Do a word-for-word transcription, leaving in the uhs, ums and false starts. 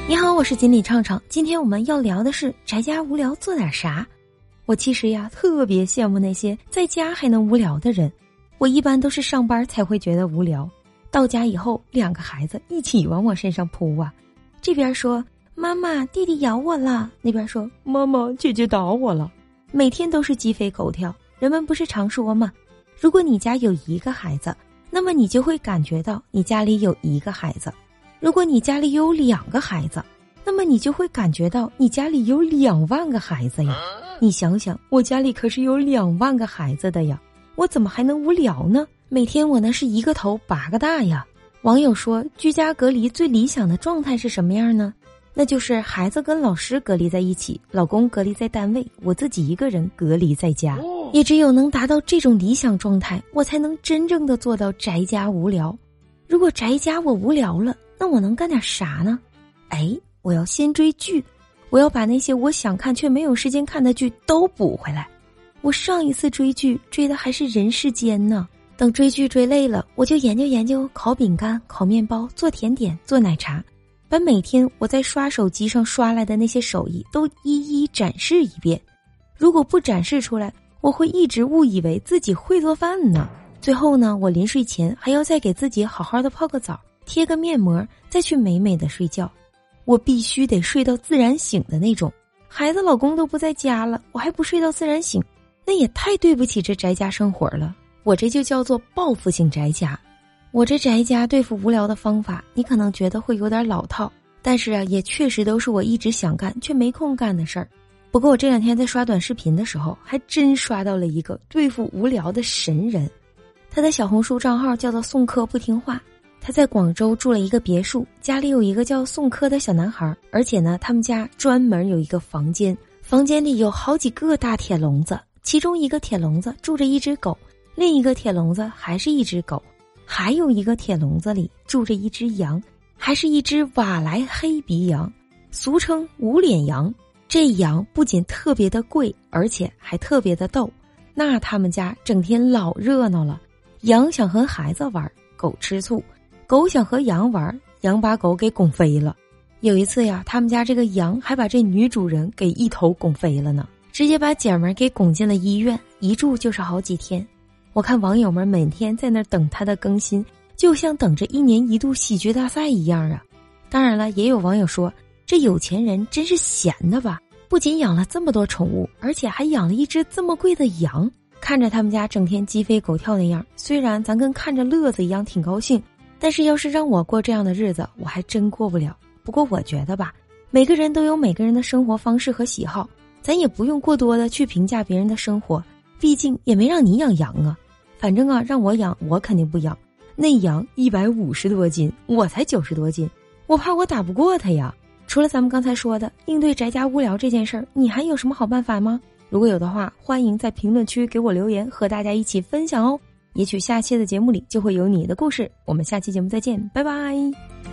你好，我是锦鲤畅畅。今天我们要聊的是宅家无聊做点啥。我其实呀特别羡慕那些在家还能无聊的人。我一般都是上班才会觉得无聊，到家以后两个孩子一起往我身上扑啊，这边说妈妈弟弟咬我了，那边说妈妈姐姐打我了，每天都是鸡飞狗跳。人们不是常说吗？如果你家有一个孩子，那么你就会感觉到你家里有一个孩子。如果你家里有两个孩子，那么你就会感觉到你家里有两万个孩子呀。你想想，我家里可是有两万个孩子的呀，我怎么还能无聊呢？每天我那是一个头八个大呀。网友说，居家隔离最理想的状态是什么样呢？那就是孩子跟老师隔离在一起，老公隔离在单位，我自己一个人隔离在家。也只有能达到这种理想状态，我才能真正的做到宅家无聊。如果宅家我无聊了，那我能干点啥呢？哎，我要先追剧，我要把那些我想看却没有时间看的剧都补回来。我上一次追剧追的还是人世间呢。等追剧追累了，我就研究研究烤饼干、烤面包、做甜点、做奶茶，把每天我在刷手机上刷来的那些手艺都一一展示一遍。如果不展示出来，我会一直误以为自己会做饭呢。最后呢，我临睡前还要再给自己好好的泡个澡，贴个面膜，再去美美的睡觉。我必须得睡到自然醒的那种。孩子老公都不在家了，我还不睡到自然醒，那也太对不起这宅家生活了。我这就叫做报复性宅家。我这宅家对付无聊的方法，你可能觉得会有点老套，但是啊，也确实都是我一直想干却没空干的事儿。不过我这两天在刷短视频的时候，还真刷到了一个对付无聊的神人。他的小红书账号叫做宋柯不听话。他在广州住了一个别墅，家里有一个叫宋柯的小男孩，而且呢，他们家专门有一个房间，房间里有好几个大铁笼子，其中一个铁笼子住着一只狗，另一个铁笼子还是一只狗，还有一个铁笼子里住着一只羊，还是一只瓦莱黑鼻羊，俗称无脸羊。这羊不仅特别的贵，而且还特别的逗。那他们家整天老热闹了，羊想和孩子玩，狗吃醋；狗想和羊玩，羊把狗给拱飞了。有一次呀，他们家这个羊还把这女主人给一头拱飞了呢，直接把姐们给拱进了医院，一住就是好几天。我看网友们每天在那等他的更新，就像等着一年一度喜剧大赛一样啊。当然了，也有网友说，这有钱人真是闲的吧，不仅养了这么多宠物，而且还养了一只这么贵的羊。看着他们家整天鸡飞狗跳那样，虽然咱跟看着乐子一样挺高兴，但是要是让我过这样的日子，我还真过不了。不过我觉得吧，每个人都有每个人的生活方式和喜好，咱也不用过多的去评价别人的生活，毕竟也没让你养羊啊。反正啊，让我养我肯定不养，那羊一百五十多斤，我才九十多斤，我怕我打不过他呀。除了咱们刚才说的应对宅家无聊这件事儿，你还有什么好办法吗？如果有的话，欢迎在评论区给我留言，和大家一起分享哦。也许下期的节目里就会有你的故事。我们下期节目再见，拜拜。